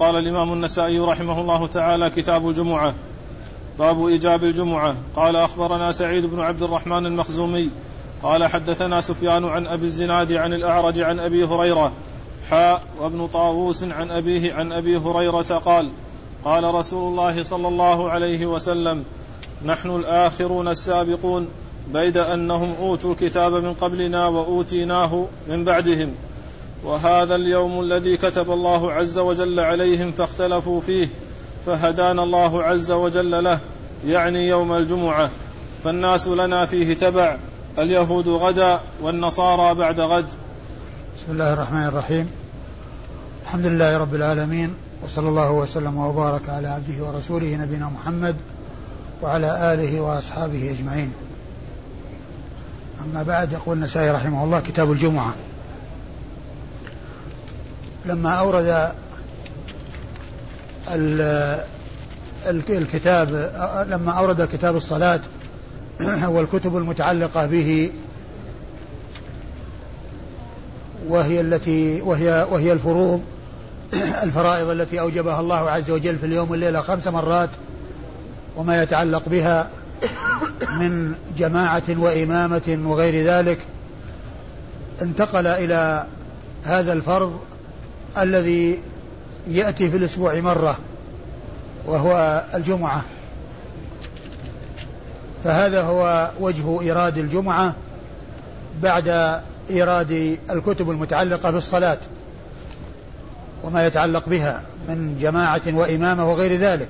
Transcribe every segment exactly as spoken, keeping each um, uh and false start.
قال الإمام النسائي رحمه الله تعالى: كتاب الجمعة. باب إيجاب الجمعة. قال: أخبرنا سعيد بن عبد الرحمن المخزومي قال: حدثنا سفيان عن أبي الزناد عن الأعرج عن أبي هريرة حاء وابن طاووس عن أبيه عن أبي هريرة قال: قال رسول الله صلى الله عليه وسلم: نحن الآخرون السابقون، بيد أنهم أوتوا الكتاب من قبلنا وأوتيناه من بعدهم، وهذا اليوم الذي كتب الله عز وجل عليهم فاختلفوا فيه، فهدانا الله عز وجل له، يعني يوم الجمعة، فالناس لنا فيه تبع، اليهود غدا والنصارى بعد غد. بسم الله الرحمن الرحيم. الحمد لله رب العالمين، وصلى الله وسلم وبارك على عبده ورسوله نبينا محمد وعلى آله وأصحابه أجمعين. أما بعد، يقول النسائي رحمه الله: كتاب الجمعة. لما أورد الكتاب لما أورد كتاب الصلاة والكتب المتعلقة به، وهي التي وهي وهي الفروض الفرائض التي أوجبها الله عز وجل في اليوم والليلة خمس مرات، وما يتعلق بها من جماعة وإمامة وغير ذلك، انتقل إلى هذا الفرض الذي يأتي في الأسبوع مرة، وهو الجمعة. فهذا هو وجه إيراد الجمعة بعد إيراد الكتب المتعلقة بالصلاة وما يتعلق بها من جماعة وإمامة وغير ذلك،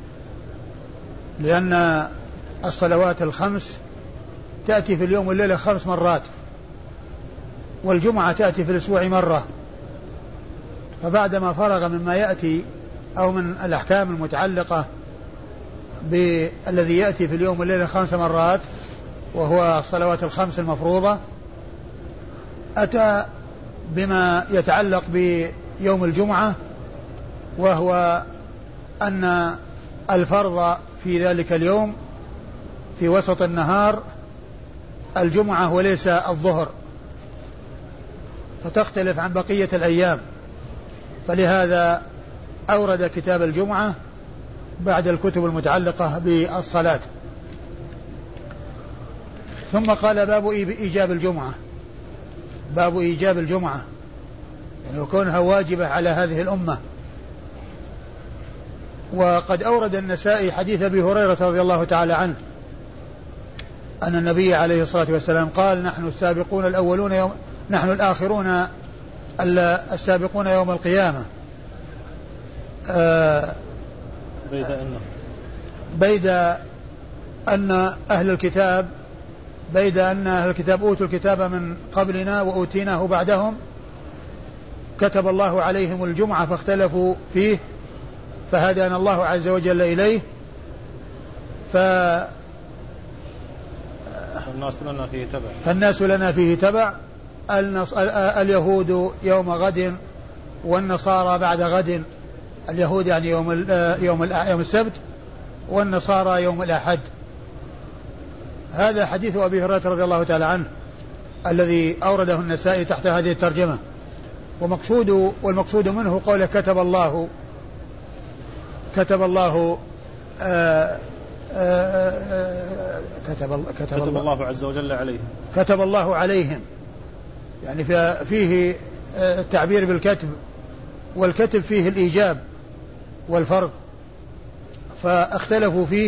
لأن الصلوات الخمس تأتي في اليوم والليلة خمس مرات، والجمعة تأتي في الأسبوع مرة. فبعدما فرغ مما يأتي أو من الأحكام المتعلقة بالذي يأتي في اليوم والليلة خمس مرات، وهو الصلوات الخمس المفروضة، أتى بما يتعلق بيوم الجمعة، وهو أن الفرض في ذلك اليوم في وسط النهار الجمعة وليس الظهر، فتختلف عن بقية الأيام، فلهذا أورد كتاب الجمعة بعد الكتب المتعلقة بالصلاة. ثم قال: باب إيجاب الجمعة. باب إيجاب الجمعة يعني كونها واجبة على هذه الأمة. وقد أورد النسائي حديث أبي هريرة رضي الله تعالى عنه أن النبي عليه الصلاة والسلام قال: نحن السابقون الأولون يوم نحن الآخرون السابقون يوم القيامة، آه بيد أن بيد أن أهل الكتاب بيد أن أهل الكتاب أوتوا الكتاب من قبلنا وأوتيناه بعدهم، كتب الله عليهم الجمعة فاختلفوا فيه، فهدانا الله عز وجل إليه، ف فالناس لنا فيه تبع فالناس لنا فيه تبع اليهود يوم غد والنصارى بعد غد. اليهود يعني يوم يوم يوم السبت، والنصارى يوم الأحد. هذا حديث أبي هريرة رضي الله تعالى عنه الذي أورده النسائي تحت هذه الترجمة. ومقصود والمقصود منه قوله: كتب الله كتب الله آآ آآ كتب, كتب, كتب الله, الله عز وجل عليهم كتب الله عليهم، يعني فيه التعبير بالكتب، والكتب فيه الإيجاب والفرض، فاختلفوا فيه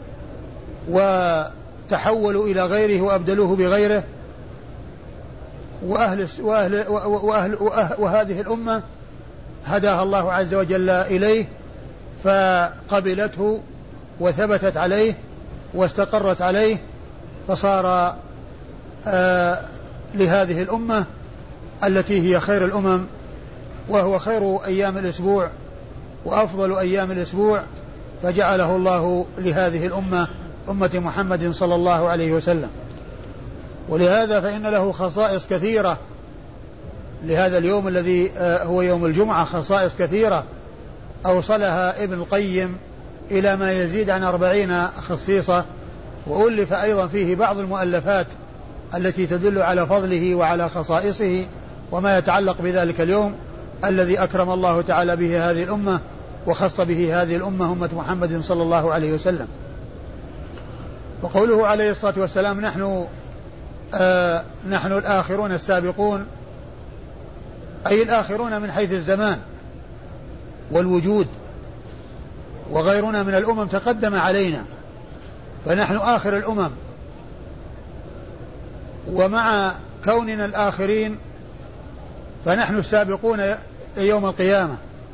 وتحولوا إلى غيره وأبدلوه بغيره. وأهل, وأهل, وأهل, وأهل وهذه الأمة هداها الله عز وجل إليه، فقبلته وثبتت عليه واستقرت عليه، فصار آه لهذه الأمة التي هي خير الأمم، وهو خير أيام الأسبوع وأفضل أيام الأسبوع، فجعله الله لهذه الأمة أمة محمد صلى الله عليه وسلم. ولهذا فإن له خصائص كثيرة لهذا اليوم الذي هو يوم الجمعة، خصائص كثيرة أوصلها ابن القيم إلى ما يزيد عن أربعين خصيصة، وألف أيضا فيه بعض المؤلفات التي تدل على فضله وعلى خصائصه وما يتعلق بذلك اليوم. الذي أكرم الله تعالى به هذه الأمة وخص به هذه الأمة أمة محمد صلى الله عليه وسلم. وقوله عليه الصلاة والسلام نحن آه نحن الآخرون السابقون، أي الآخرون من حيث الزمان والوجود، وغيرنا من الأمم تقدم علينا، فنحن آخر الأمم. ومع كوننا الآخرين فنحن السابقون يوم القيامة،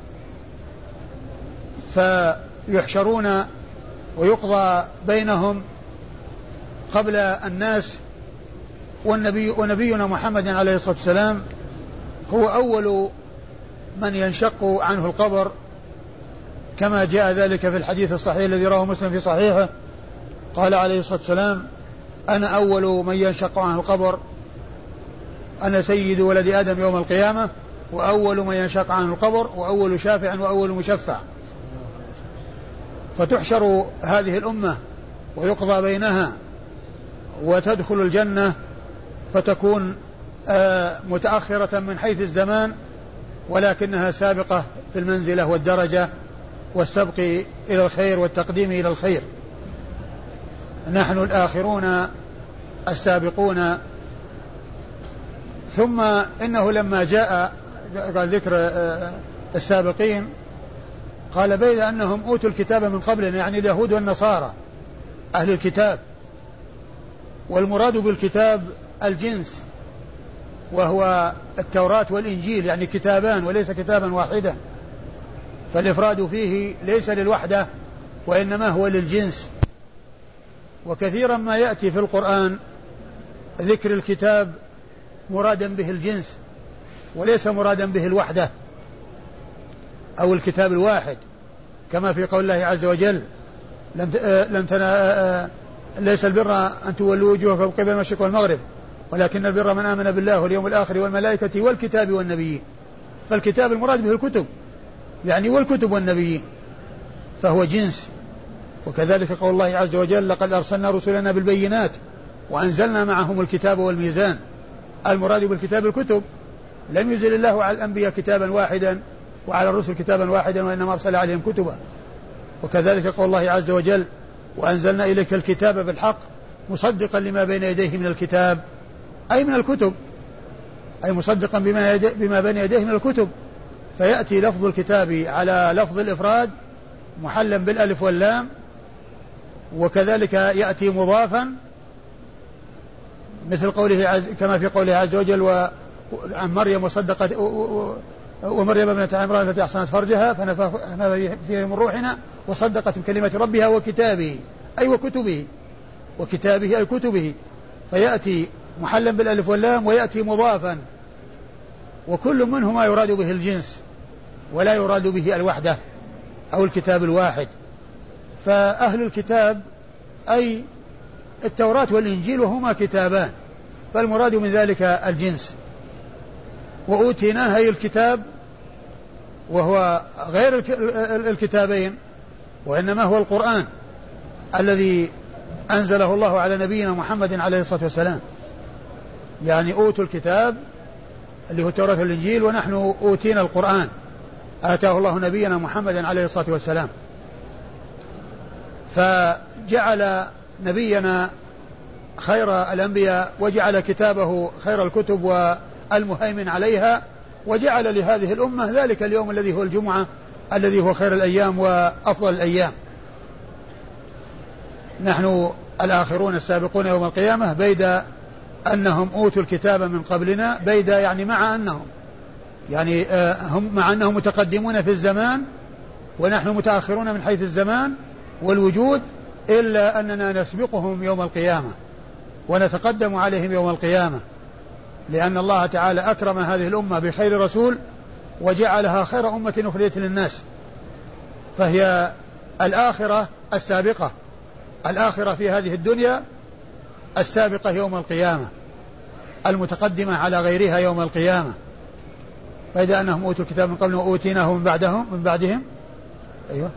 فيحشرون ويقضى بينهم قبل الناس. والنبي ونبينا محمد عليه الصلاة والسلام هو أول من ينشق عنه القبر، كما جاء ذلك في الحديث الصحيح الذي رواه مسلم في صحيحه، قال عليه الصلاة والسلام أنا أول من ينشق عنه القبر، أنا سيد ولد آدم يوم القيامة، وأول من ينشق عنه القبر، وأول شافع وأول مشفع. فتحشر هذه الأمة ويقضى بينها وتدخل الجنة، فتكون آه متأخرة من حيث الزمان، ولكنها سابقة في المنزلة والدرجة والسبق إلى الخير والتقديم إلى الخير. نحن الآخرون السابقون. ثم إنه لما جاء ذكر السابقين قال بيد أنهم أوتوا الكتاب من قبلنا، يعني اليهود والنصارى أهل الكتاب، والمراد بالكتاب الجنس، وهو التوراة والإنجيل، يعني كتابان وليس كتابا واحدا، فالإفراد فيه ليس للوحدة وإنما هو للجنس. وكثيرا ما يأتي في القرآن ذكر الكتاب مرادا به الجنس وليس مرادا به الوحدة أو الكتاب الواحد، كما في قول الله عز وجل لن تنا ليس البر أن تولوا وجوهكم قبل المشرق والمغرب ولكن البر من آمن بالله واليوم الآخر والملائكة والكتاب والنبيين. فالكتاب المراد به الكتب، يعني والكتب والنبيين، فهو جنس. وكذلك قول الله عز وجل لقد أرسلنا رسلنا بالبينات وأنزلنا معهم الكتاب والميزان. المراد بالكتاب الكتب، لم ينزل الله على الأنبياء كتابا واحدا وعلى الرسل كتابا واحدا، وإنما أرسل عليهم كتبا. وكذلك قول الله عز وجل وأنزلنا إليك الكتاب بالحق مصدقا لما بين يديه من الكتاب، أي من الكتب، أي مصدقا بما, بما بين يديه من الكتب. فيأتي لفظ الكتاب على لفظ الإفراد محلا بالألف واللام، وكذلك يأتي مضافا مثل قوله عز كما في قوله عز وجل وعن مريم وصدقت ومريم ابنة عمران التي أحصنت فرجها فنفخنا فيه من روحنا وصدقت بكلمة ربها وكتابه، أي وكتبه، وكتابه أي كتبه. فيأتي محلا بالألف واللام ويأتي مضافا، وكل منهما يراد به الجنس ولا يراد به الوحدة أو الكتاب الواحد. فأهل الكتاب أي التوراة والإنجيل وهما كتابان، فالمراد من ذلك الجنس. وأوتيناها أي الكتاب، وهو غير الكتابين وإنما هو القرآن الذي أنزله الله على نبينا محمد عليه الصلاة والسلام. يعني أوتوا الكتاب اللي هو التوراة والإنجيل، ونحن أوتينا القرآن آتاه الله نبينا محمد عليه الصلاة والسلام. فجعل نبينا خير الأنبياء وجعل كتابه خير الكتب والمهيمن عليها، وجعل لهذه الأمة ذلك اليوم الذي هو الجمعة الذي هو خير الأيام وأفضل الأيام. نحن الآخرون السابقون يوم القيامة بيد أنهم أوتوا الكتاب من قبلنا، بيد يعني مع أنهم يعني هم مع أنهم متقدمون في الزمان ونحن متأخرون من حيث الزمان والوجود، إلا أننا نسبقهم يوم القيامة ونتقدم عليهم يوم القيامة، لأن الله تعالى أكرم هذه الأمة بخير رسول وجعلها خير أمة أخرجت للناس، فهي الآخرة السابقة، الآخرة في هذه الدنيا السابقة يوم القيامة، المتقدمة على غيرها يوم القيامة. فإذا أنهم أوتوا الكتاب من قبل وأوتيناه من بعدهم من بعدهم أيوة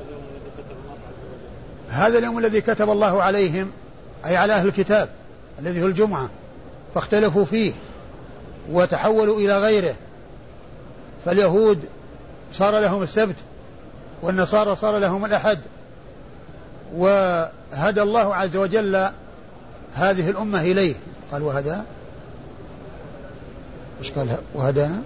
هذا اليوم الذي كتب الله عليهم، أي على أهل الكتاب الذي هو الجمعة، فاختلفوا فيه وتحولوا إلى غيره، فاليهود صار لهم السبت والنصارى صار لهم الأحد، وهدى الله عز وجل هذه الأمة إليه. قال وهدى إيش قال وهدانا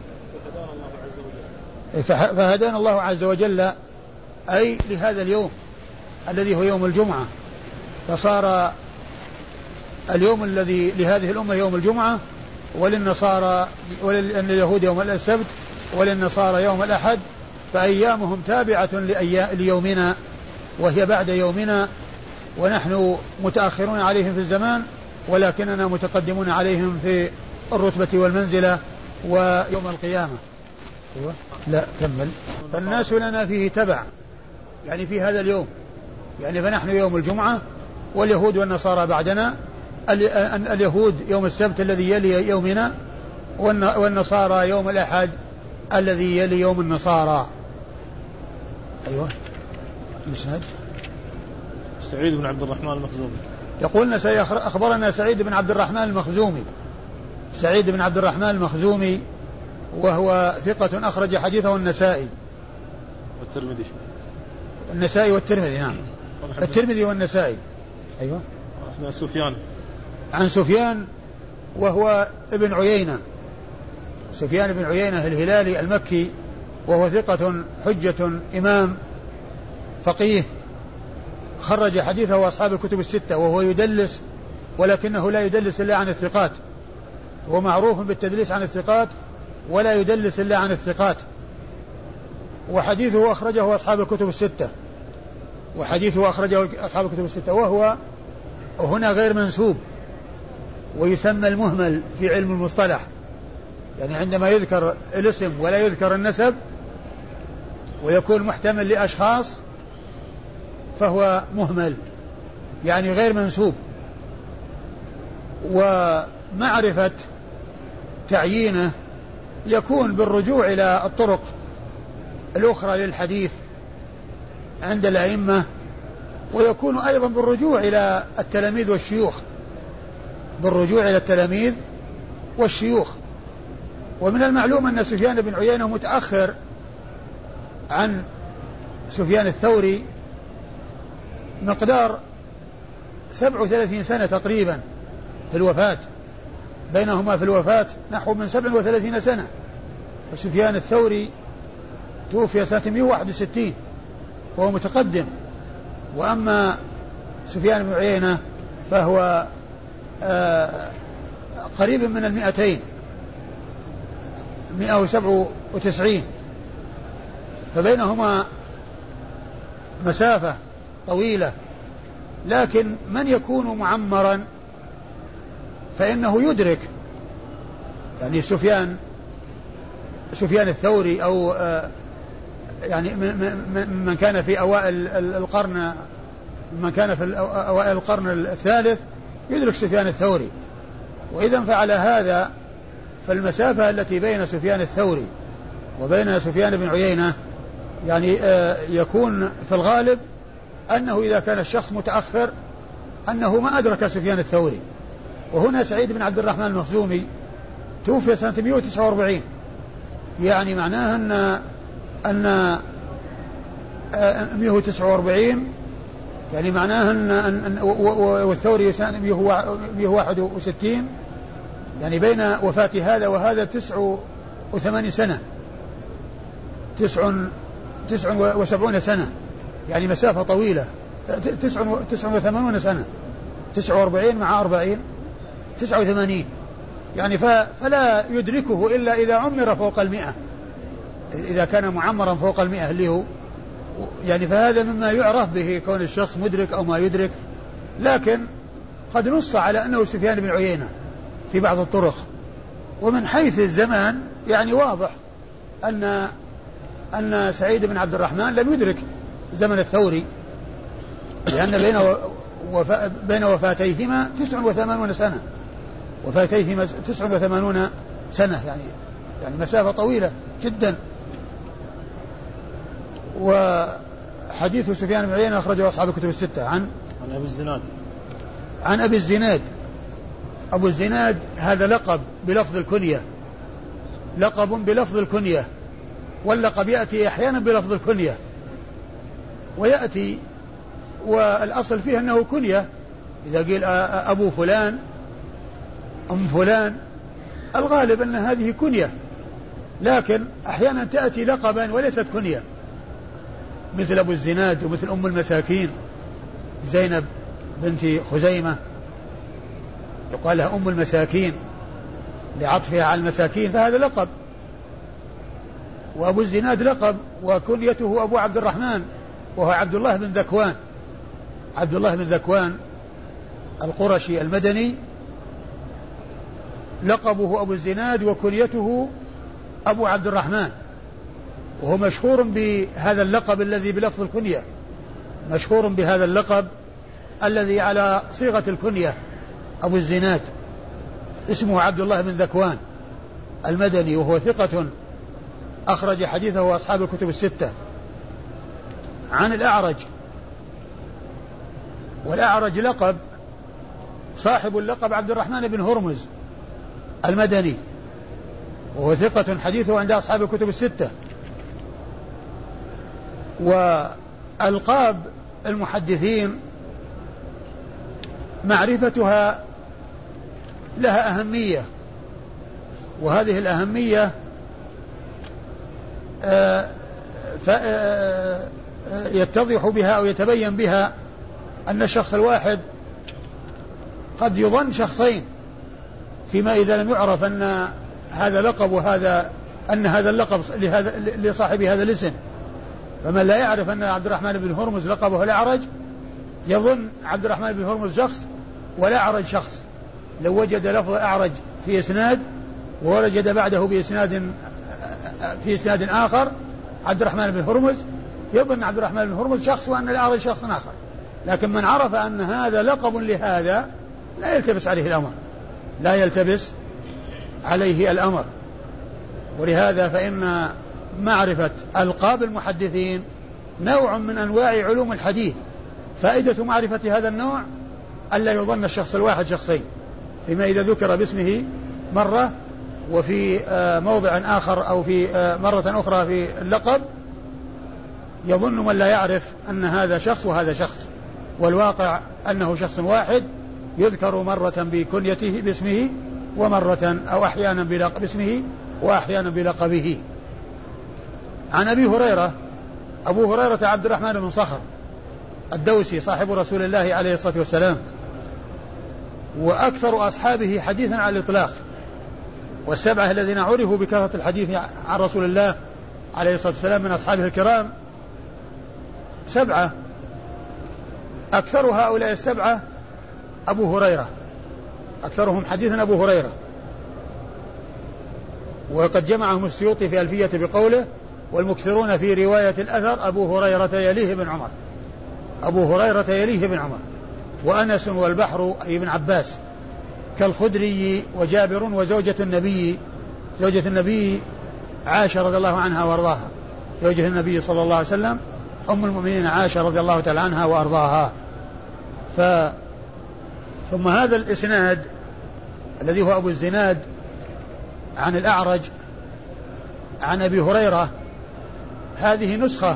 فهدانا الله عز وجل أي لهذا اليوم الذي هو يوم الجمعة، فصار اليوم الذي لهذه الأمة يوم الجمعة، وللنصارى ولليهود يوم السبت، وللنصارى يوم الأحد، فأيامهم تابعة ليومنا وهي بعد يومنا، ونحن متأخرون عليهم في الزمان ولكننا متقدمون عليهم في الرتبة والمنزلة ويوم القيامة. أيوة. لا كمل. فالناس لنا فيه تبع، يعني في هذا اليوم، يعني فنحن يوم الجمعة واليهود والنصارى بعدنا، اليهود يوم السبت الذي يلي يومنا، والنصارى يوم الأحد الذي يلي يوم النصارى. أيوة. المسند سعيد بن عبد الرحمن المخزومي يقول أخبرنا سعيد بن عبد الرحمن المخزومي سعيد بن عبد الرحمن المخزومي وهو ثقة أخرج حديثه النسائي والترمذي النسائي والترمذي نعم الترمذي والنسائي. أيوة. عن سفيان عن سفيان وهو ابن عيينة سفيان بن عيينة الهلالي المكي، وهو ثقة حجة إمام فقيه خرج حديثه أصحاب الكتب الستة، وهو يدلس ولكنه لا يدلس إلا عن الثقات، هو معروف بالتدليس عن الثقات ولا يدلس إلا عن الثقات، وحديثه أخرجه أصحاب الكتب الستة وحديثه أخرجه أصحاب الكتب الستة وهو هنا غير منسوب، ويسمى المهمل في علم المصطلح، يعني عندما يذكر الاسم ولا يذكر النسب ويكون محتمل لأشخاص فهو مهمل، يعني غير منسوب. ومعرفة تعيينه يكون بالرجوع إلى الطرق الأخرى للحديث عند الأئمة، ويكون أيضا بالرجوع إلى التلاميذ والشيوخ بالرجوع إلى التلاميذ والشيوخ. ومن المعلوم أن سفيان بن عيينة متأخر عن سفيان الثوري مقدار سبع وثلاثين سنة تقريبا في الوفاة، بينهما في الوفاة نحو من سبع وثلاثين سنة، وسفيان الثوري توفي سنة مئة وواحد وستين فهو متقدم، وأما سفيان بن عيينة فهو آه قريب من المئتين مئة وسبع وتسعين، فبينهما مسافة طويلة. لكن من يكون معمرا فإنه يدرك، يعني سفيان سفيان الثوري أو آه يعني من من كان في أوائل القرن من كان في أوائل القرن الثالث يدرك سفيان الثوري. وإذا فعل هذا فالمسافة التي بين سفيان الثوري وبين سفيان بن عيينة يعني آه يكون في الغالب أنه إذا كان الشخص متأخر أنه ما أدرك سفيان الثوري. وهنا سعيد بن عبد الرحمن المخزومي توفي سنة مئة وتسعة وأربعين، يعني معناه أن أن مئة وتسعة وأربعين يعني معناه أن, أن والثوري سنة مئة وواحد وستين، يعني بين وفاة هذا وهذا تسع وثمانين سنة تسع تسع وسبعون سنة، يعني مسافة طويلة. تسع تسع وثمانون سنة تسع وأربعين مع أربعين تسع وثمانين، يعني فلا يدركه إلا إذا عمر فوق المئة، إذا كان معمرا فوق المئة اللي هو يعني فهذا مما يعرف به كون الشخص مدرك أو ما يدرك. لكن قد نص على أنه سفيان بن عيينة في بعض الطرق، ومن حيث الزمان يعني واضح أن أن سعيد بن عبد الرحمن لم يدرك زمن الثوري، لأن بين وفا بين وفاتيهما تسع وثمانون سنة وفاتيهما تسع وثمانون سنة يعني يعني مسافة طويلة جدا. وحديث سفيان بن عيينة أخرجه أصحاب الكتب الستة عن عن أبي الزناد عن أبي الزناد أبو الزناد هذا لقب بلفظ الكنية لقب بلفظ الكنية واللقب يأتي أحيانا بلفظ الكنية ويأتي والأصل فيه أنه كنية، إذا قيل أبو فلان أم فلان الغالب أن هذه كنية، لكن أحيانا تأتي لقبا وليست كنية، مثل أبو الزناد ومثل أم المساكين زينب بنت خزيمة يقال لها أم المساكين لعطفها على المساكين، فهذا لقب. وأبو الزناد لقب وكنيته أبو عبد الرحمن وهو عبد الله بن ذكوان، عبد الله بن ذكوان القرشي المدني، لقبه أبو الزناد وكنيته أبو عبد الرحمن، وهو مشهور بهذا اللقب الذي بلفظ الكنية، مشهور بهذا اللقب الذي على صيغة الكنية أبو الزناد، اسمه عبد الله بن ذكوان المدني، وهو ثقة أخرج حديثه أصحاب الكتب الستة. عن الأعرج، والأعرج لقب صاحب اللقب عبد الرحمن بن هرمز المدني، وهو ثقة حديثه عند أصحاب الكتب الستة. وألقاب المحدثين معرفتها لها أهمية، وهذه الأهمية يتضح بها أو يتبين بها أن الشخص الواحد قد يظن شخصين، فيما إذا لم يعرف أن هذا لقب وهذا أن هذا اللقب لهذا لصاحب هذا الاسم. فمن لا يعرف أن عبد الرحمن بن هرمز لقبه الأعرج يظن عبد الرحمن بن هرمز شخص والأعرج شخص. لو وجد لفظ أعرج في إسناد ووجد بعده بإسناد في إسناد آخر عبد الرحمن بن هرمز يظن عبد الرحمن بن هرمز شخص وأن الأعرج شخص آخر، لكن من عرف أن هذا لقب لهذا لا يلتبس عليه الأمر، لا يلتبس عليه الأمر. ولهذا فإن معرفة ألقاب المحدثين نوع من أنواع علوم الحديث. فائدة معرفة هذا النوع ألا يظن الشخص الواحد شخصين، فيما إذا ذكر باسمه مرة وفي موضع آخر أو في مرة أخرى في اللقب يظن من لا يعرف أن هذا شخص وهذا شخص، والواقع أنه شخص واحد يذكر مرة بكنيته باسمه ومرة أو أحيانا باسمه وأحيانا بلقبه. عن أبي هريرة، أبو هريرة عبد الرحمن بن صخر الدوسي صاحب رسول الله عليه الصلاة والسلام، وأكثر أصحابه حديثا على الإطلاق، والسبعة الذين عرفوا بكثرة الحديث عن رسول الله عليه الصلاة والسلام من أصحابه الكرام سبعة، أكثر هؤلاء السبعة أبو هريرة، أكثرهم حديثا أبو هريرة. وقد جمعهم السيوطي في ألفية بقوله: والمكثرون في رواية الأثر أبو هريرة يليه بن عمر، أبو هريرة يليه بن عمر، وأنس والبحر أي ابن عباس، كالخدري وجابر وزوجة النبي، زوجة النبي عائشة رضي الله عنها وأرضاها، زوجة النبي صلى الله عليه وسلم أم المؤمنين عائشة رضي الله تعالى عنها وأرضاها. ف ثم هذا الإسناد الذي هو أبو الزناد عن الأعرج عن أبي هريرة، هذه نسخة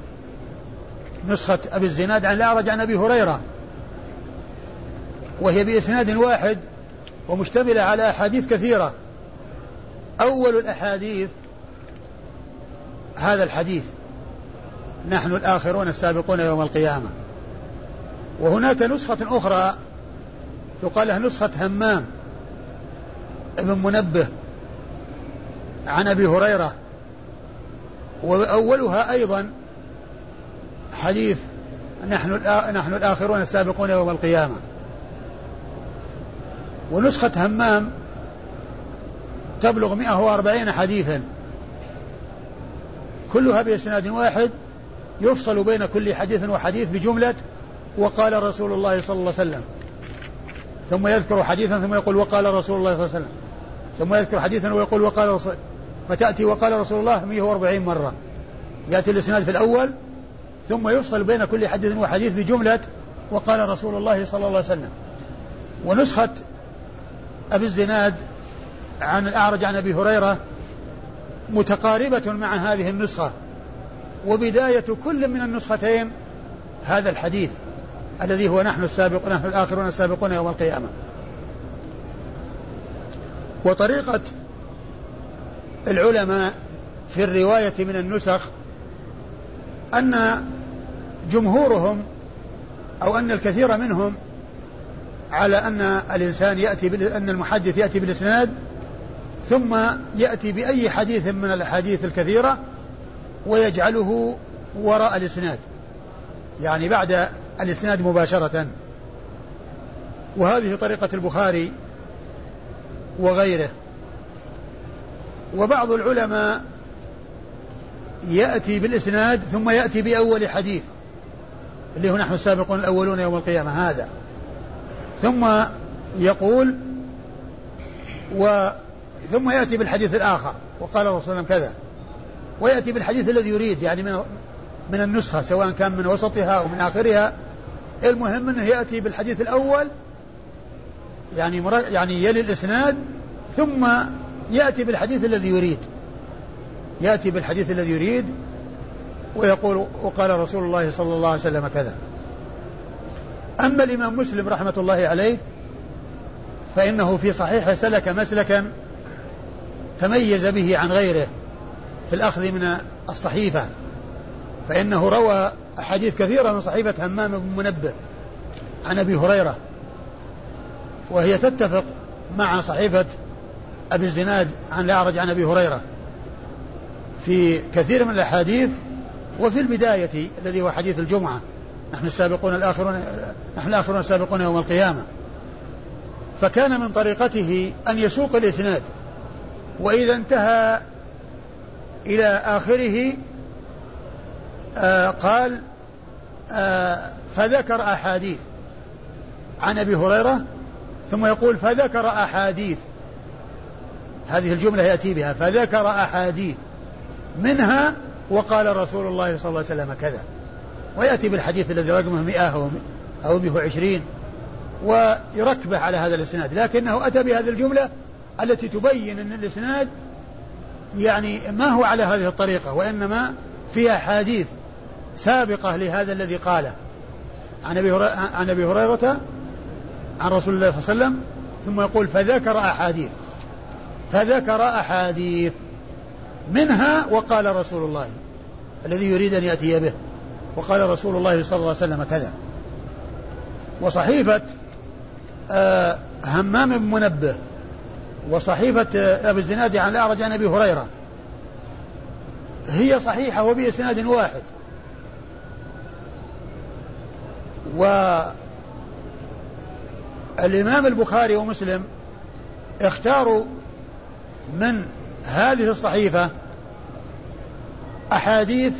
نسخة أبي الزناد عن الأعرج عن أبي هريرة، وهي بإسناد واحد ومشتملة على أحاديث كثيرة. أول الأحاديث هذا الحديث: نحن الآخرون السابقون يوم القيامة. وهناك نسخة أخرى يقال لها نسخة همام ابن منبه عن أبي هريرة، وأولها أيضا حديث نحن نحن الآخرون السابقون يوم القيامة. ونسخة همام تبلغ مئة وأربعين حديثا كلها بإسناد واحد يفصل بين كل حديث وحديث بجملة وقال رسول الله صلى الله عليه وسلم، ثم يذكر حديثا ثم يقول وقال رسول الله صلى الله عليه وسلم، ثم يذكر حديثا ويقول وقال رسول، فتأتي وقال رسول الله مئة وأربعين مرة. يأتي الإسناد في الأول ثم يفصل بين كل حديث وحديث بجملة وقال رسول الله صلى الله عليه وسلم. ونسخة أبي الزناد عن الأعرج عن أبي هريرة متقاربة مع هذه النسخة، وبداية كل من النسختين هذا الحديث الذي هو نحن السابق نحن الآخرون السابقون يوم القيامة. وطريقة العلماء في الرواية من النسخ أن جمهورهم أو أن الكثير منهم على أن الإنسان يأتي أن المحدث يأتي بالإسناد ثم يأتي بأي حديث من الأحاديث الكثيرة ويجعله وراء الإسناد، يعني بعد الإسناد مباشرة. وهذه طريقة البخاري وغيره. وبعض العلماء يأتي بالإسناد ثم يأتي بأول حديث اللي هو نحن السابقون الأولون يوم القيامة هذا، ثم يقول و ثم يأتي بالحديث الآخر وقال الرسول صلى الله عليه وسلم كذا، ويأتي بالحديث الذي يريد يعني من من النسخة سواء كان من وسطها أو من آخرها، المهم أنه يأتي بالحديث الأول يعني يعني يلي الإسناد ثم يأتي بالحديث الذي يريد يأتي بالحديث الذي يريد ويقول وقال رسول الله صلى الله عليه وسلم كذا. أما الإمام مسلم رحمة الله عليه فإنه في صحيحه سلك مسلكا تميز به عن غيره في الأخذ من الصحيفة، فإنه روى أحاديث كثيرة من صحيفة همام بن منبه عن أبي هريرة، وهي تتفق مع صحيفة أبي الزناد عن الأعرج عن أبي هريرة في كثير من الأحاديث. وفي البداية الذي هو حديث الجمعة نحن السابقون الآخرون نحن الآخرون السابقون يوم القيامة، فكان من طريقته أن يسوق الإسناد، وإذا انتهى إلى آخره آه قال آه فذكر أحاديث عن أبي هريرة ثم يقول فذكر أحاديث، هذه الجملة يأتي بها فذكر أحاديث منها وقال رسول الله صلى الله عليه وسلم كذا، ويأتي بالحديث الذي رقمه مئة أو مئة وعشرين ويركبه على هذا الإسناد، لكنه أتى بهذه الجملة التي تبين أن الإسناد يعني ما هو على هذه الطريقة، وإنما فيها حديث سابقة لهذا الذي قاله عن أبي هريرة عن أبي هريرة عن رسول الله صلى الله عليه وسلم، ثم يقول فذكر أحاديث فذكر أحاديث منها وقال رسول الله الذي يريد أن يأتي به، وقال رسول الله صلى الله عليه وسلم كذا. وصحيفة آه همام بن منبه وصحيفة آه أبي الزناد عن الأعرج عن أبي هريرة هي صحيحة وبإسناد واحد، والإمام البخاري ومسلم اختاروا من هذه الصحيفة أحاديث،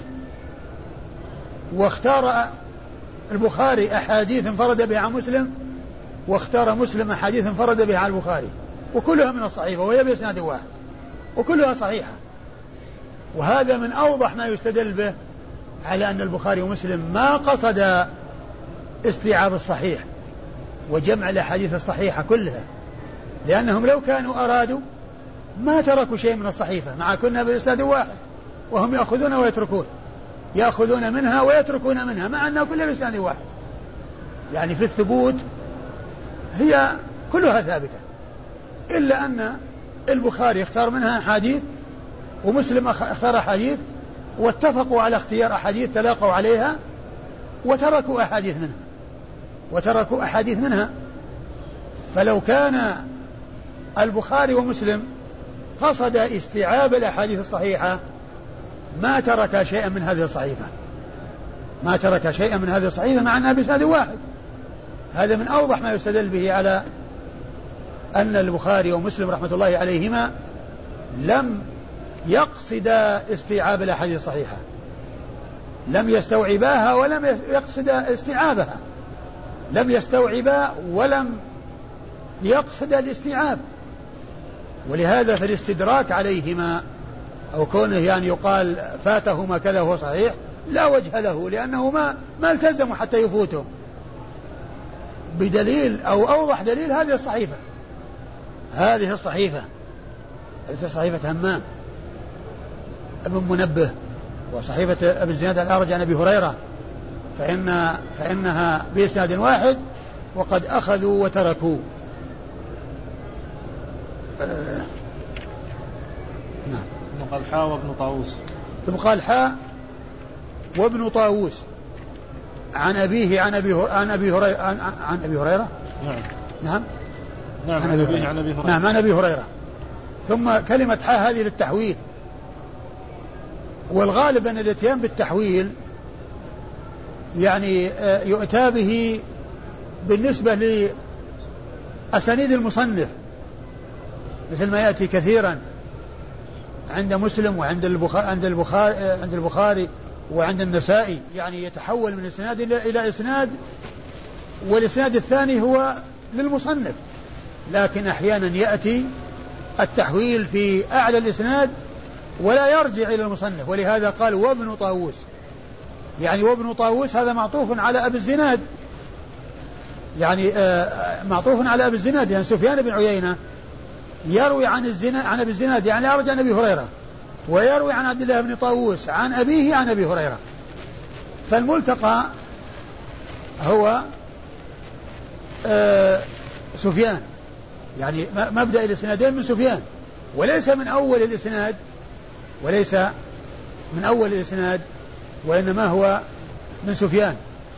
واختار البخاري أحاديث انفرد بها عن مسلم، واختار مسلم أحاديث انفرد بها عن البخاري، وكلها من الصحيفة وهي بإسناد واحد وكلها صحيحة. وهذا من أوضح ما يستدل به على أن البخاري ومسلم ما قصد استيعاب الصحيح وجمع الأحاديث الصحيحة كلها، لأنهم لو كانوا أرادوا ما تركوا شيء من الصحيفة مع كنا بإسناد واحد، وهم يأخذون ويتركون يأخذون منها ويتركون منها مع أنها كلها بإسناد واحد، يعني في الثبوت هي كلها ثابتة، إلا أن البخاري اختار منها أحاديث ومسلم اختار أحاديث واتفقوا على اختيار أحاديث تلاقوا عليها وتركوا أحاديث منها وتركوا أحاديث منها. فلو كان البخاري ومسلم قصد استيعاب الأحاديث الصحيحة ما ترك شيئا من هذه الصحيفة ما ترك شيئا من هذه الصحيفة مع أنها بإسناد واحد. هذا من أوضح ما يستدل به على أن البخاري ومسلم رحمة الله عليهما لم يقصد استيعاب الأحاديث الصحيحة، لم يستوعباها ولم يقصد استيعابها، لم يستوعبا ولم يقصد الاستيعاب. ولهذا في الاستدراك عليهما أو كونه يعني يقال فاتهما كذا هو صحيح لا وجه له، لأنه ما ما التزموا حتى يفوتوا بدليل أو أوضح دليل هذه الصحيفة هذه الصحيفة التي صحيفة همام ابن منبه وصحيفة أبي الزناد عن الأعرج عن أبي هريرة، فإن فإنها بإسناد واحد وقد أخذوا وتركوا. آه نعم. ثم قال حاء وابن طاووس. ثم قال حاء وابن طاووس عن أبيه عن أبي عن أبي هريرة عن, عن أبي هريرة. نعم. نعم. نعم عن أبيه عن أبي هريرة. نعم عن أبي هريرة. ثم كلمة حاء هذه للتحويل، والغالب أن الاتيان بالتحويل يعني يؤتى به بالنسبة لأسانيد المصنف، مثل ما يأتي كثيرا عند مسلم وعند البخاري عند البخاري عند البخاري وعند النسائي، يعني يتحول من إسناد إلى إسناد، والإسناد الثاني هو للمصنف، لكن أحيانا يأتي التحويل في أعلى الإسناد ولا يرجع إلى المصنف، ولهذا قال وابن طاووس، يعني وابن طاووس هذا معطوف على أبي الزناد، يعني معطوف على أبي الزناد، يعني سفيان بن عيينة يروي عن الزنا عن أبي الزناد يعني يرجع عن أبي هريرة، ويروي عن عبد الله بن طاووس عن أبيه عن أبي هريرة، فالملتقى هو سفيان، يعني مبدأ الإسنادين من سفيان، وليس من أول الإسناد وليس من أول الإسناد وإنما هو من سفيان.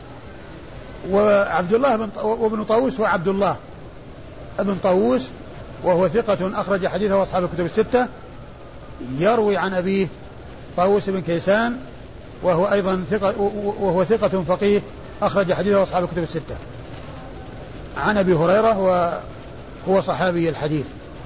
وعبد الله بن وابن طاووس هو عبد الله ابن طاووس، وهو ثقة أخرج حديثه أصحاب الكتب الستة، يروي عن أبيه طاووس بن كيسان، وهو أيضا ثقة وهو ثقة فقيه أخرج حديثه أصحاب الكتب الستة، عن أبي هريرة وهو صحابي الحديث.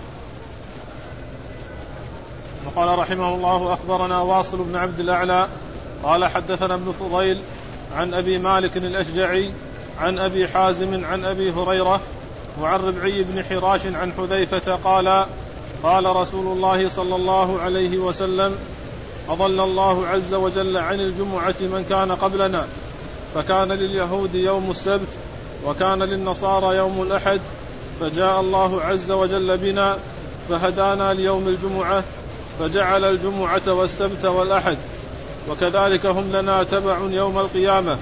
وقال رحمه الله أخبرنا واصل بن عبد الأعلى قال حدثنا ابن فضيل عن أبي مالك الأشجعي عن أبي حازم عن أبي هريرة وعن ربعي بن حراش عن حذيفة قال قال رسول الله صلى الله عليه وسلم أضل الله عز وجل عن الجمعة من كان قبلنا، فكان لليهود يوم السبت وكان للنصارى يوم الأحد، فجاء الله عز وجل بنا فهدانا ليوم الجمعة، فجعل الجمعة والسبت والأحد، وكذلك هم لنا تبع يوم القيامة.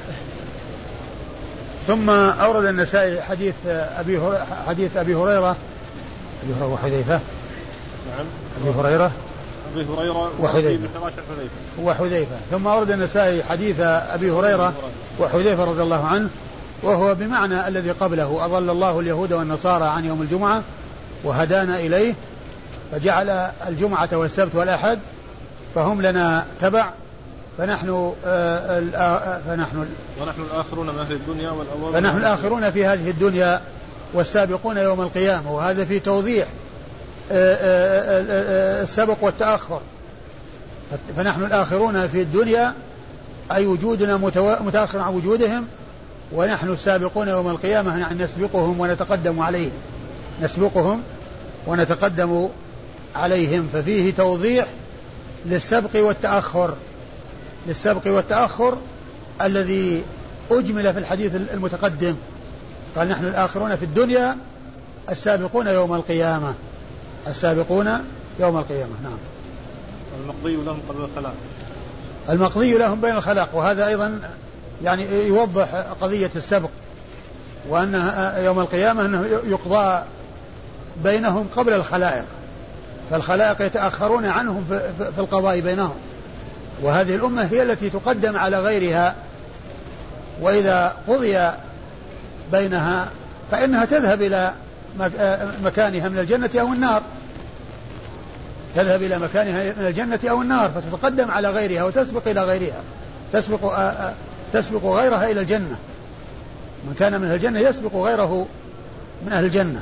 ثم أورد النسائي حديث أبي حديث أبي هريرة أبي هريرة وحذيفة. نعم. أبي هريرة أبي هريرة وحذيفة وحذيفة. ثم أورد النسائي حديث أبي هريرة وحذيفة رضي الله عنه، وهو بمعنى الذي قبله: أضل الله اليهود والنصارى عن يوم الجمعة وهدانا إليه، فجعل الجمعة والسبت والأحد فهم لنا تبع، فنحن آه فنحن ونحن الآخرون من أهل الدنيا والأولون، فنحن الآخرون في هذه الدنيا والسابقون يوم القيامة. وهذا في توضيح آه آه آه السبق والتأخر، فنحن الآخرون في الدنيا أي وجودنا متأخر عن وجودهم، ونحن السابقون يوم القيامة نحن نسبقهم ونتقدم عليهم نسبقهم ونتقدم عليهم. ففيه توضيح للسبق والتأخر للسبق والتأخر الذي أجمل في الحديث المتقدم، قال نحن الآخرون في الدنيا السابقون يوم القيامة السابقون يوم القيامة. نعم. المقضي لهم قبل الخلاق المقضي لهم بين الخلاق، وهذا أيضا يعني يوضح قضية السبق، وأن يوم القيامة أنه يقضى بينهم قبل الخلائق، فالخلائق يتأخرون عنهم في القضاء بينهم، وهذه الأمة هي التي تقدم على غيرها، وإذا قضي بينها فإنها تذهب إلى مكانها من الجنة أو النار تذهب إلى مكانها من الجنة أو النار فتتقدم على غيرها وتسبق إلى غيرها تسبق تسبق غيرها إلى الجنة. من كان من الجنة يسبق غيره من أهل الجنة.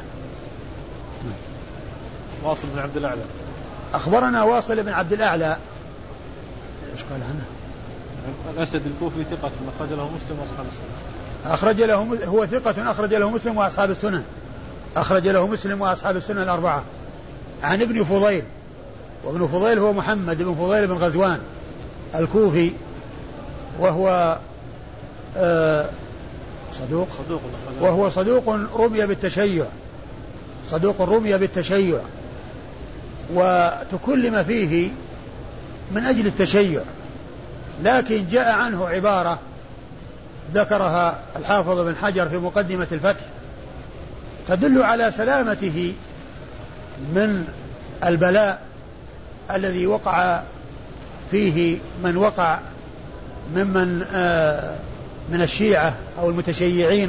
واصل بن عبد الأعلى أخبرنا واصل بن عبد الأعلى. إيش قال عنه؟ الأسد الكوفي ثقة أخرج له مسلم وأصحاب السنن. أخرج له هو ثقة أخرج له مسلم وأصحاب السنن أخرج له مسلم وأصحاب السنن الأربعة. عن ابن فضيل، وابن فضيل هو محمد بن فضيل بن غزوان الكوفي، وهو آه صدوق صدوق وهو صدوق رمي بالتشيع صدوق رمي بالتشيع وتكلم فيه من أجل التشيع، لكن جاء عنه عبارة ذكرها الحافظ بن حجر في مقدمة الفتح تدل على سلامته من البلاء الذي وقع فيه من وقع ممن آه من الشيعة أو المتشيعين.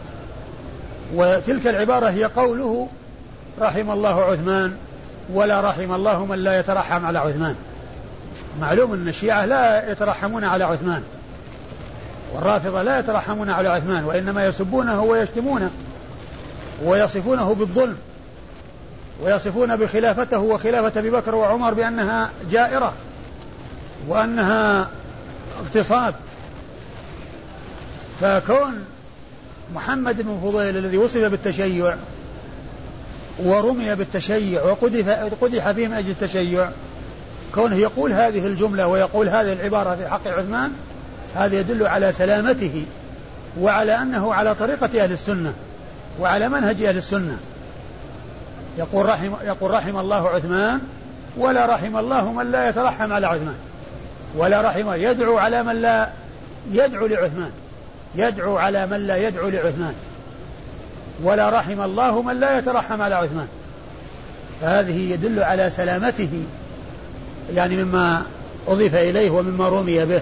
وتلك العبارة هي قوله رحم الله عثمان ولا رحم الله من لا يترحم على عثمان. معلوم أن الشيعة لا يترحمون على عثمان، والرافضة لا يترحمون على عثمان، وإنما يسبونه ويشتمونه ويصفونه بالظلم، ويصفون بخلافته وخلافة أبي بكر وعمر بأنها جائرة وأنها اغتصاب. فكون محمد بن فضيل الذي وصف بالتشيع ورمي بالتشيع وقدح فيه من أجل التشيع، كونه يقول هذه الجملة ويقول هذه العبارة في حق عثمان، هذا يدل على سلامته وعلى أنه على طريقة أهل السنة وعلى منهج أهل السنة. يقول رحم, يقول رحم الله عثمان ولا رحم الله من لا يترحم على عثمان، ولا رحم يدعو على من لا يدعو لعثمان، يدعو على من لا يدعو لعثمان، ولا رحم الله من لا يترحم على عثمان. فهذه يدل على سلامته يعني مما أضيف إليه ومما رمي به.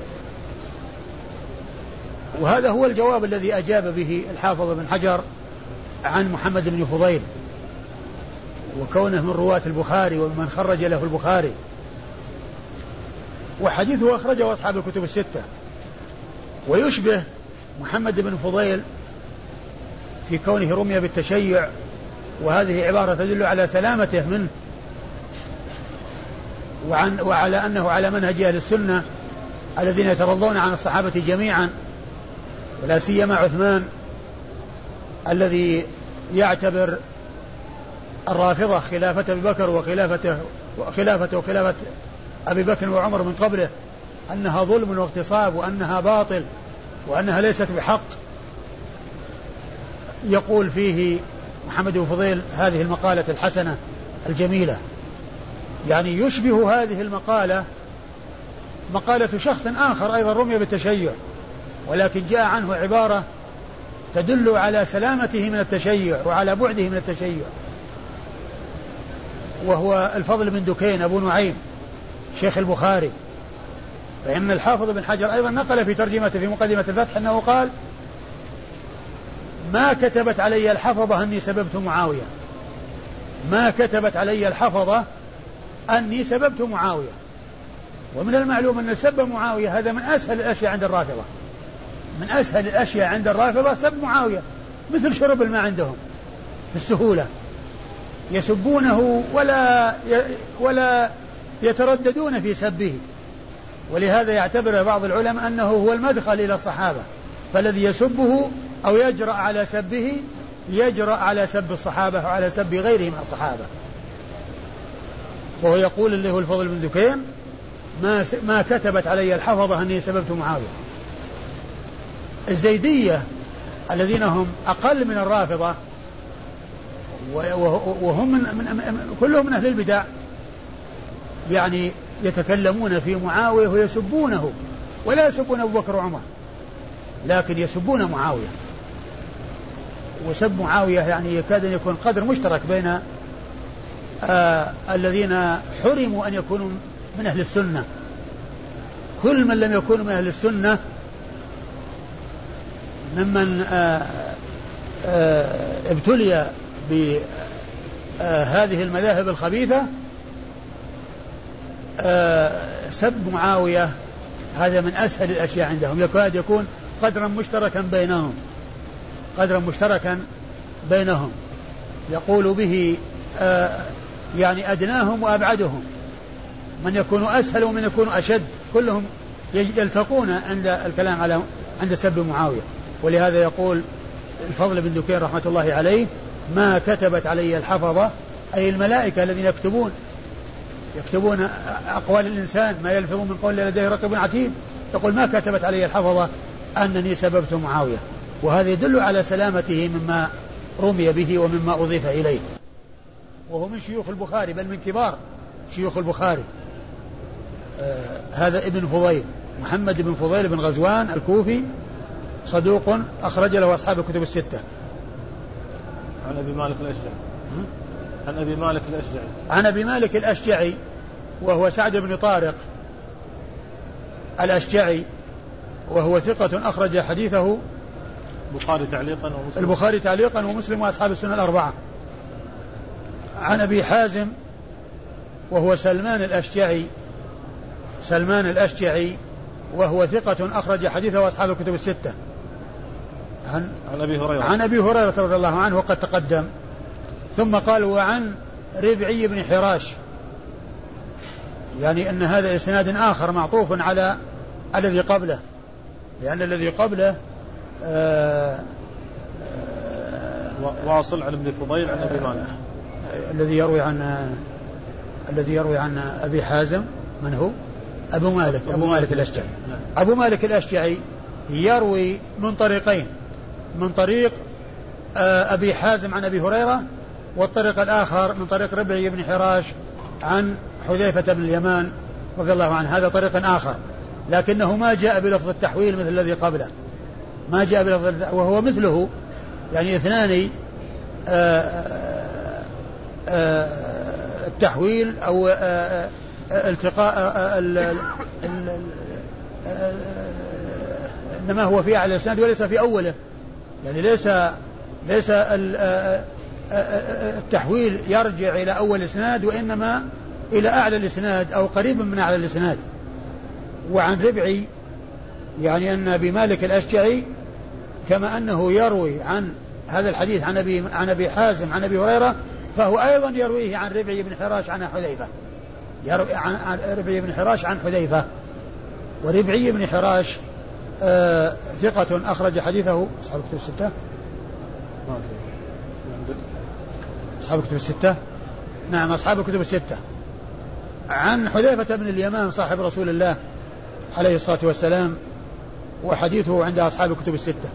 وهذا هو الجواب الذي أجاب به الحافظ بن حجر عن محمد بن فضيل، وكونه من رواة البخاري ومن خرج له البخاري، وحديثه أخرجه أصحاب الكتب الستة. ويشبه محمد بن فضيل في كونه رمي بالتشيع، وهذه عبارة تدل على سلامته منه وعن وعلى أنه على منهج أهل السنة الذين يترضون عن الصحابة جميعا، ولا سيما عثمان الذي يعتبر الرافضة خلافة أبي بكر وخلافته وخلافته وخلافة أبي بكر وعمر من قبله أنها ظلم واغتصاب وأنها باطل وأنها ليست بحق. يقول فيه محمد بن فضيل هذه المقالة الحسنة الجميلة، يعني يشبه هذه المقالة مقالة شخص آخر أيضا رمي بالتشيع، ولكن جاء عنه عبارة تدل على سلامته من التشيع وعلى بعده من التشيع، وهو الفضل بن دكين أبو نعيم شيخ البخاري. فإن الحافظ بن حجر أيضا نقل في ترجمته في مقدمة الفتح أنه قال ما كتبت علي الحفظة أني سببت معاوية، ما كتبت علي الحفظة أني سببت معاوية. ومن المعلوم أن سب معاوية هذا من أسهل الأشياء عند الرافضة، من أسهل الأشياء عند الرافضة سب معاوية، مثل شرب الماء عندهم بالسهولة، يسبونه ولا ولا يترددون في سبه. ولهذا يعتبر بعض العلماء أنه هو المدخل إلى الصحابة، فالذي يسبه أو يجرأ على سبه يجرأ على سب الصحابة وعلى سب غيرهم من الصحابة. وهو يقول اللي هو الفضل بن دكين ما, ما كتبت علي الحفظة أني سببت معاوية. الزيدية الذين هم أقل من الرافضة وهم من من كلهم من أهل البدع، يعني يتكلمون في معاوية ويسبونه، ولا يسبون أبو بكر وعمر، لكن يسبون معاوية. وسب معاوية يعني يكاد أن يكون قدر مشترك بين آه الذين حرموا أن يكونوا من أهل السنة. كل من لم يكونوا من أهل السنة ممن آه آه ابتلي بهذه المذاهب الخبيثة آه سب معاوية هذا من أسهل الأشياء عندهم، يكاد يكون قدرا مشتركا بينهم، قدرا مشتركا بينهم يقول به آه يعني أدناهم وأبعدهم، من يكون أسهل ومن يكون أشد، كلهم يلتقون عند الكلام على عند سب معاوية. ولهذا يقول الفضل بن دكين رحمة الله عليه ما كتبت علي الحفظة، أي الملائكة الذين يكتبون يكتبون أقوال الإنسان ما يلفظ من قول لديه رقيب عتيد، يقول ما كتبت علي الحفظة أنني سببت معاوية. وهذا يدل على سلامته مما رمي به ومما أضيف إليه. وهو من شيوخ البخاري، بل من كبار شيوخ البخاري، آه هذا ابن فضيل، محمد بن فضيل بن غزوان الكوفي، صدوق أخرج له أصحاب الكتب الستة. عن أبي مالك الأشجعي عن أبي مالك الأشجعي عن أبي مالك الأشجعي وهو سعد بن طارق الأشجعي، وهو ثقة أخرج حديثه البخاري تعليقا ومسلم البخاري تعليقا ومسلم وأصحاب السنة الأربعة. عن أبي حازم وهو سلمان الأشجعي سلمان الأشجعي وهو ثقة أخرج حديثه وأصحاب الكتب الستة. عن عن أبي هريرة عن أبي هريرة رضي الله عنه وقد تقدم. ثم قال وعن ربعي بن حراش، يعني أن هذا إسناد آخر معطوف على الذي قبله، لأن الذي قبله آآ آآ واصل عن ابن فضيل عن أبي مالك الذي يروي عن الذي يروي عن أبي حازم من هو؟ أبو مالك أبو مالك الأشجعي. أبو مالك الأشجعي يروي من طريقين، من طريق أبي حازم عن أبي هريرة، والطريق الآخر من طريق ربعي بن حراش عن حذيفة بن اليمان رضي الله عنه. هذا طريق آخر لكنه ما جاء بلفظ التحويل مثل الذي قبله، ما جاء بلفظ، وهو مثله يعني اثنان التحويل أو التقاء إنما هو في أعلى الإسناد وليس في أوله، يعني ليس ليس التحويل يرجع إلى أول الإسناد وإنما إلى أعلى الإسناد أو قريب من أعلى الإسناد. وعن ربعي يعني أن أبي مالك الأشجعي كما أنه يروي عن هذا الحديث عن أبي عن أبي حازم عن أبي هريرة، فهو أيضا يرويه عن ربعي بن حراش عن حذيفة، يروي عن ربعي بن حراش عن حذيفة. وربعي بن حراش آه ثقة أخرج حديثه أصحاب الكتب الستة. أصحاب الكتب الستة نعم أصحاب الكتب الستة. عن حذيفة بن اليمان صاحب رسول الله عليه الصلاة والسلام، وحديثه عند أصحاب الكتب الستة.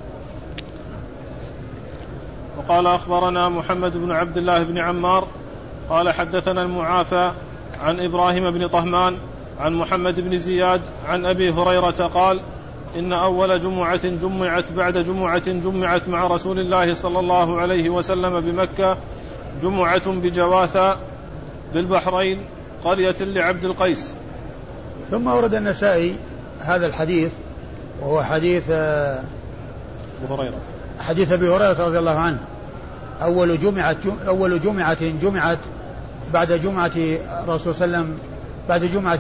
وقال أخبرنا محمد بن عبد الله بن عمار قال حدثنا المعافى عن إبراهيم بن طهمان عن محمد بن زياد عن أبي هريرة قال إن أول جمعة جمعت بعد جمعة جمعت مع رسول الله صلى الله عليه وسلم بمكة جمعة بجواثة بالبحرين قرية لعبد القيس. ثم ورد النسائي هذا الحديث وهو حديث أبو هريرة حديث أبي هريرة رضي الله عنه، أول جمعة أول جمعة جمعت بعد جمعة الرسول صلى الله عليه وسلم بعد جمعة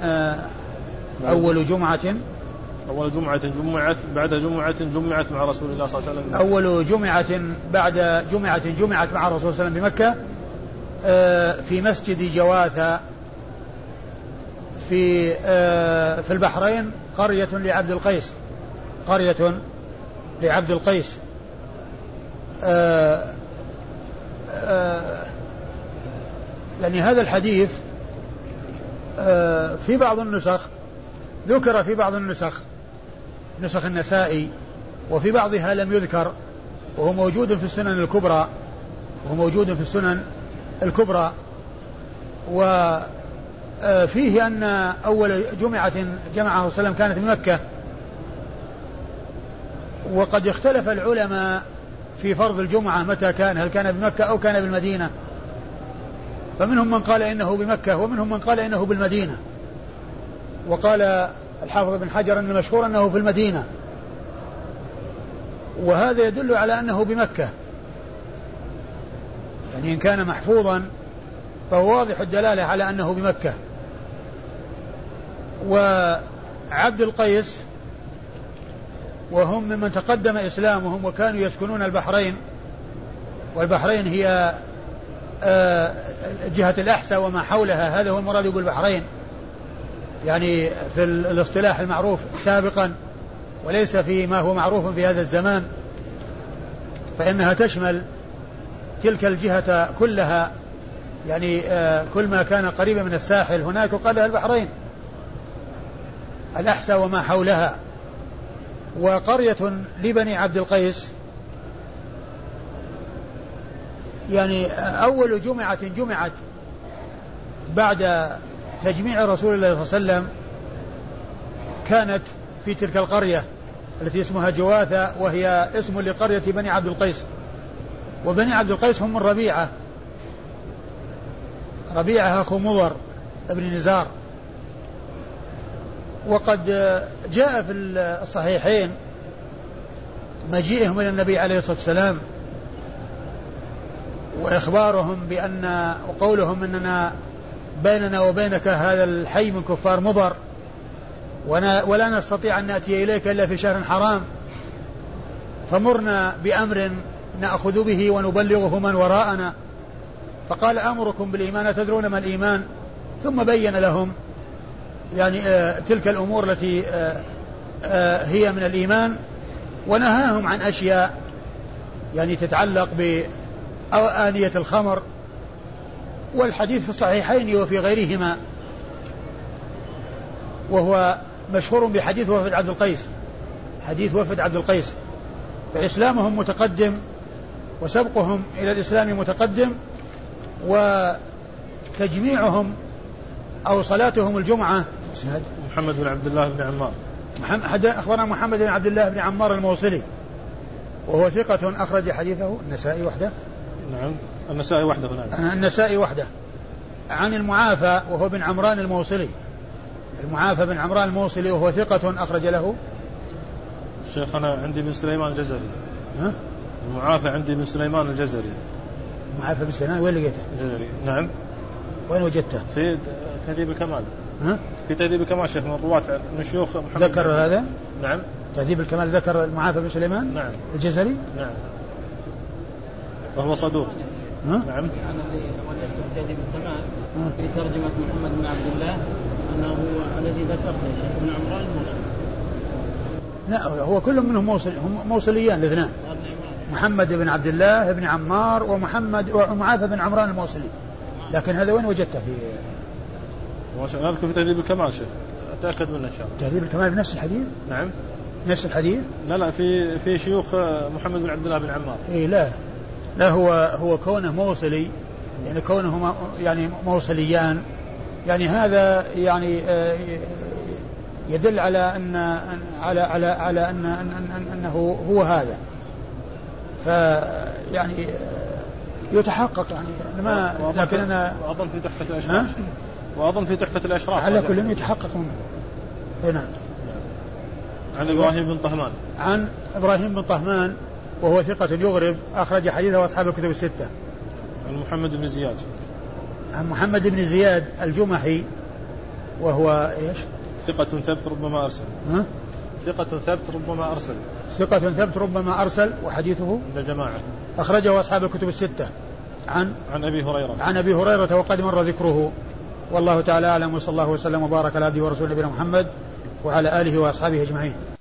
أول جمعة أول جمعة جمعت بعد جمعة جمعت مع رسول الله صلى الله عليه وسلم أول جمعة بعد جمعة جمعت مع الرسول صلى الله عليه وسلم بمكة في مسجد جواثة في في البحرين قرية لعبد القيس قرية لعبد القيس. آآ آآ يعني هذا الحديث في بعض النسخ ذكر في بعض النسخ نسخ النسائي، وفي بعضها لم يذكر، وهو موجود في السنن الكبرى وهو موجود في السنن الكبرى. وفيه أن أول جمعة جمعه صلى الله عليه وسلم كانت بمكة، وقد اختلف العلماء في فرض الجمعة متى كان، هل كان بمكة أو كان بالمدينة، فمنهم من قال إنه بمكة ومنهم من قال إنه بالمدينة، وقال الحافظ بن حجر أن المشهور أنه في المدينة، وهذا يدل على أنه بمكة، يعني إن كان محفوظا فهو واضح الدلالة على أنه بمكة. وعبد القيس وهم ممن تقدم إسلامهم وكانوا يسكنون البحرين، والبحرين هي جهة الأحساء وما حولها، هذا هو المراد بالبحرين يعني في الاصطلاح المعروف سابقا، وليس في ما هو معروف في هذا الزمان، فإنها تشمل تلك الجهة كلها، يعني كل ما كان قريبا من الساحل هناك يقال لها البحرين، الأحساء وما حولها. وقرية لبني عبد القيس يعني أول جمعة جمعت بعد تجميع رسول الله صلى الله عليه وسلم كانت في تلك القرية التي اسمها جواثة، وهي اسم لقرية بني عبد القيس. وبني عبد القيس هم من ربيعة، ربيعة أخو مضر ابن نزار. وقد جاء في الصحيحين مجيئهم إلى النبي عليه الصلاة والسلام وإخبارهم بأن وقولهم أننا بيننا وبينك هذا الحي من كفار مضر، ولا نستطيع أن نأتي إليك إلا في شهر حرام، فمرنا بأمر نأخذ به ونبلغه من وراءنا. فقال أمركم بالإيمان، تدرون ما الإيمان؟ ثم بين لهم يعني آه تلك الأمور التي آه آه هي من الإيمان، ونهاهم عن أشياء يعني تتعلق بآنية الخمر. والحديث في الصحيحين وفي غيرهما، وهو مشهور بحديث وفد عبد القيس، حديث وفد عبد القيس. فإسلامهم متقدم وسبقهم إلى الإسلام متقدم، وتجميعهم أو صلاتهم الجمعة. محمد بن عبد الله بن عمار، محمد أخبرنا محمد بن عبد الله بن عمار الموصلي، وهو ثقة أخرج حديثه النسائي وحده. نعم النسائي وحده. نعم النسائي وحده. عن المعافى وهو بن عمران الموصلي، المعافى بن عمران الموصلي وهو ثقة أخرج له. شيخنا عندي بن سليمان الجزري. ها؟ المعافى عندي بن سليمان الجزري. معافى بن سليمان وين لقيته؟ الجزري. نعم. وين وجدته؟ في تهذيب الكمال. ها؟ في تهذيب الكمال شيخ من رواة من شيوخ محمد. ذكر هذا؟ نعم. تهذيب الكمال ذكر المعافى بن سليمان؟ نعم. الجزري؟ نعم. وهو صدوق. ها؟ نعم. الذي وجدت في تهذيب الكمال في ترجمة محمد بن عبد الله أنه هو الذي ذكرته شيخ بن عمران الموصلي. لا هو كل منهم موصل، هم موصليان الاثنان، محمد بن عبد الله بن عمار ومحمد ومعافى بن عمران الموصلي. لكن هذا وين وجدته؟ في في تهذيب الكمال شيخ، أتأكد منه إن شاء الله. تهذيب الكمال بنفس الحديث؟ نعم نفس الحديث؟ لا لا في في شيوخ محمد بن عبد الله بن عمار. إيه لا لا هو هو كونه موصلي، يعني كونه يعني موصليان، يعني هذا يعني يدل على أن على على على أن أن أنه هو هذا. فيعني يتحقق يعني ما، لكن أنا وأظن في تحفة الأشراف، وأظن في تحفة الأشراف على كل يتحقق منه. نعم. عن إبراهيم بن طهمان. عن إبراهيم بن طهمان وهو ثقة يغرب، أخرج حديثه أصحاب الكتب الستة. عن محمد بن زياد. عن محمد بن زياد الجمحي وهو إيش؟ ثقة ثبت ربما أرسل. ها؟ ثقة ثبت ربما أرسل. ثقة ثبت ربما أرسل، وحديثه عند الجماعة. أخرجه أصحاب الكتب الستة. عن عن أبي هريرة. عن أبي هريرة وقد مر ذكره. والله تعالى أعلم، وصلى الله وسلم وبارك على عبده ورسوله نبينا محمد وعلى آله وأصحابه أجمعين.